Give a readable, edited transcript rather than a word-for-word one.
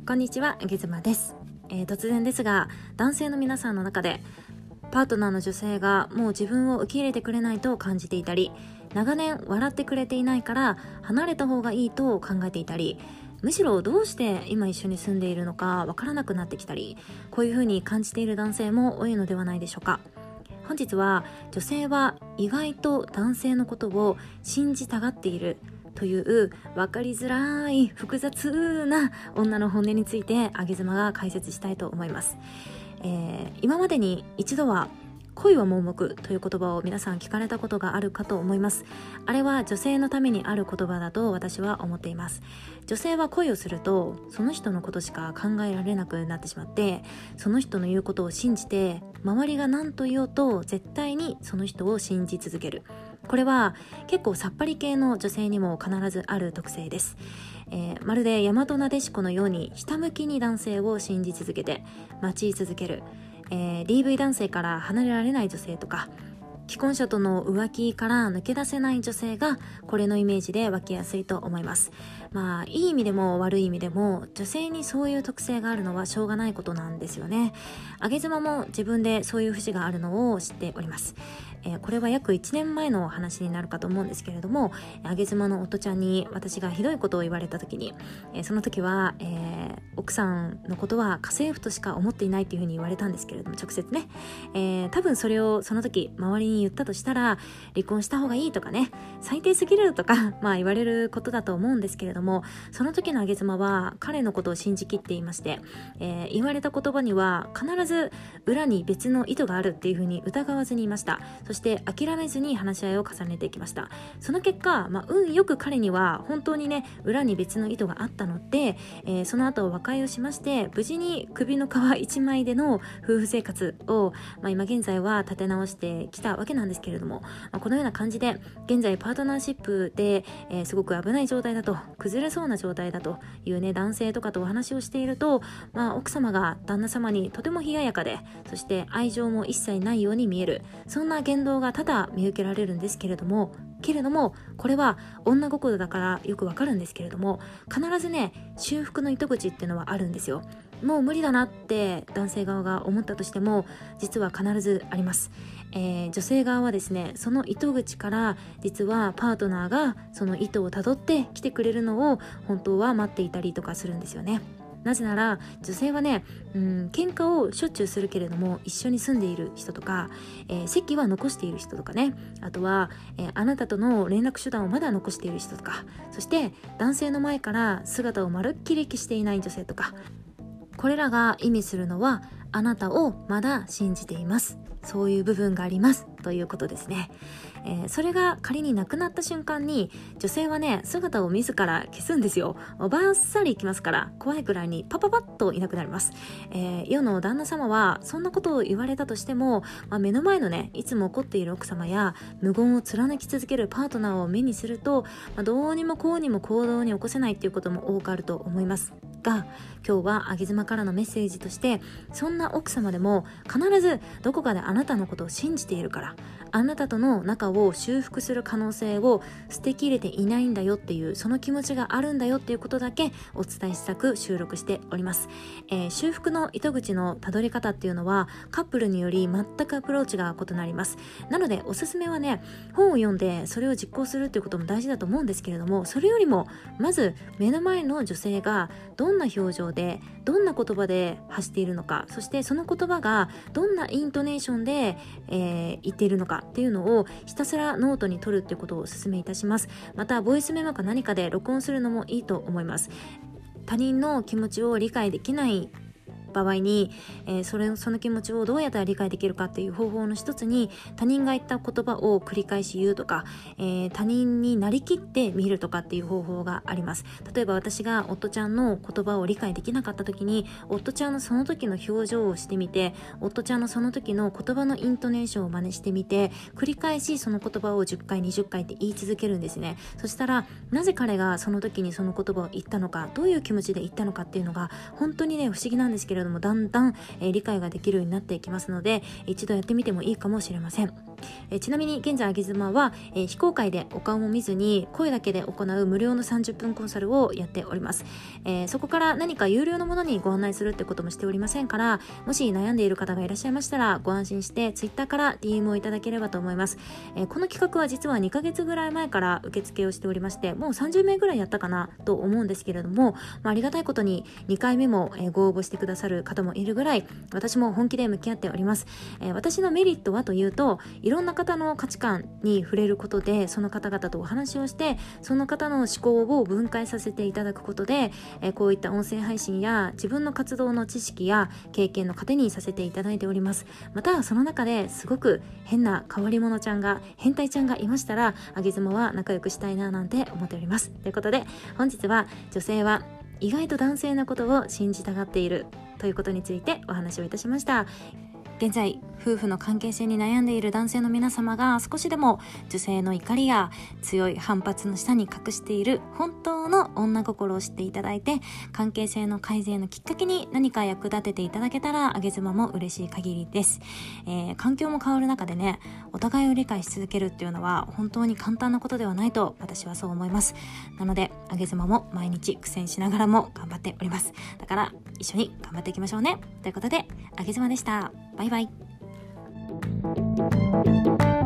こんにちは、あげずまです。突然ですが、男性の皆さんの中でパートナーの女性がもう自分を受け入れてくれないと感じていたり、長年笑ってくれていないから離れた方がいいと考えていたり、むしろどうして今一緒に住んでいるのかわからなくなってきたり、こういう風に感じている男性も多いのではないでしょうか。本日は女性は意外と男性のことを信じたがっているという分かりづらい複雑な女の本音についてあげずまが解説したいと思います。今までに一度は恋は盲目という言葉を皆さん聞かれたことがあるかと思います。あれは女性のためにある言葉だと私は思っています。女性は恋をするとその人のことしか考えられなくなってしまって、その人の言うことを信じて、周りが何と言おうと絶対にその人を信じ続ける。これは結構さっぱり系の女性にも必ずある特性です。まるで大和なでしこのようにひたむきに男性を信じ続けて待ち続ける、DV 男性から離れられない女性とか、既婚者との浮気から抜け出せない女性がこれのイメージで湧きやすいと思います。いい意味でも悪い意味でも女性にそういう特性があるのはしょうがないことなんですよね。あげずまも自分でそういう節があるのを知っております。これは約1年前の話になるかと思うんですけれども、あげずまの夫ちゃんに私がひどいことを言われた時に、その時は、奥さんのことは家政婦としか思っていないというふうに言われたんですけれども、直接ね、多分それをその時周りに言ったとしたら、離婚した方がいいとかね、最低すぎるとか言われることだと思うんですけれども、その時のあげずまは彼のことを信じきっていまして、言われた言葉には必ず裏に別の意図があるっていうふうに疑わずにいました。そして諦めずに話し合いを重ねていきました。その結果、運よく彼には本当にね、裏に別の意図があったので、その後和解をしまして、無事に首の皮一枚での夫婦生活を、今現在は立て直してきたわけなんですけれども、このような感じで現在パートナーシップで、すごく危ない状態だと、崩れそうな状態だというね、男性とかとお話をしていると、奥様が旦那様にとても冷ややかで、そして愛情も一切ないように見える、そんな言動が多々見受けられるんですけれども、これは女心だからよくわかるんですけれども、必ずね、修復の糸口っていうのはあるんですよ。もう無理だなって男性側が思ったとしても、実は必ずあります。女性側はですね、その糸口から実はパートナーがその意図をたどって来てくれるのを本当は待っていたりとかするんですよね。なぜなら女性はね、喧嘩をしょっちゅうするけれども一緒に住んでいる人とか、籍は残している人とかね、あとは、あなたとの連絡手段をまだ残している人とか、そして男性の前から姿をまるっきり消していない女性とか、これらが意味するのはあなたをまだ信じています、そういう部分がありますということですね。それが仮になくなった瞬間に女性はね、姿を自ら消すんですよ。バッサリいきますから、怖いくらいにパパパッといなくなります。世の旦那様はそんなことを言われたとしても、目の前のね、いつも怒っている奥様や無言を貫き続けるパートナーを目にすると、どうにもこうにも行動に起こせないっていうことも多くあると思いますが、今日はあげずまからのメッセージとして、そんな奥様でも必ずどこかであなたのことを信じているから、あなたとの仲を修復する可能性を捨てきれていないんだよっていう、その気持ちがあるんだよっていうことだけお伝えしたく収録しております。修復の糸口のたどり方っていうのはカップルにより全くアプローチが異なります。なのでおすすめはね、本を読んでそれを実行するっていうことも大事だと思うんですけれども、それよりもまず目の前の女性がどんな表情でどんな言葉で発しているのか、そしてその言葉がどんなイントネーションで、言っているのかっていうのをひたすらノートに取るっていうことをお勧めいたします。またボイスメモか何かで録音するのもいいと思います。他人の気持ちを理解できない場合に、その気持ちをどうやったら理解できるかっていう方法の一つに、他人が言った言葉を繰り返し言うとか、他人になりきって見るとかっていう方法があります。例えば私が夫ちゃんの言葉を理解できなかった時に、夫ちゃんのその時の表情をしてみて、夫ちゃんのその時の言葉のイントネーションを真似してみて、繰り返しその言葉を10回20回って言い続けるんですね。そしたらなぜ彼がその時にその言葉を言ったのか、どういう気持ちで言ったのかっていうのが本当にね、不思議なんですけれども、だんだん理解ができるようになっていきますので、一度やってみてもいいかもしれません。 ちなみに現在あげ妻は、非公開でお顔も見ずに声だけで行う無料の30分コンサルをやっております。そこから何か有料のものにご案内するってこともしておりませんから、もし悩んでいる方がいらっしゃいましたらご安心してツイッターから DM をいただければと思います。この企画は実は2ヶ月ぐらい前から受付をしておりまして、もう30名ぐらいやったかなと思うんですけれども、ありがたいことに2回目もご応募してくださる方もいるぐらい私も本気で向き合っております。私のメリットはというと、いろんな方の価値観に触れることで、その方々とお話をしてその方の思考を分解させていただくことで、こういった音声配信や自分の活動の知識や経験の糧にさせていただいております。またその中ですごく変な変わり者ちゃんが、変態ちゃんがいましたら、あげ妻は仲良くしたいななんて思っております。ということで本日は、女性は意外と男性のことを信じたがっているということについてお話をいたしました。現在夫婦の関係性に悩んでいる男性の皆様が、少しでも女性の怒りや強い反発の下に隠している本当の女心を知っていただいて、関係性の改善のきっかけに何か役立てていただけたらあげ妻も嬉しい限りです。環境も変わる中でね、お互いを理解し続けるっていうのは本当に簡単なことではないと私はそう思います。なのであげ妻も毎日苦戦しながらも頑張っております。だから一緒に頑張っていきましょうね。ということであげ妻でした。バイバイ。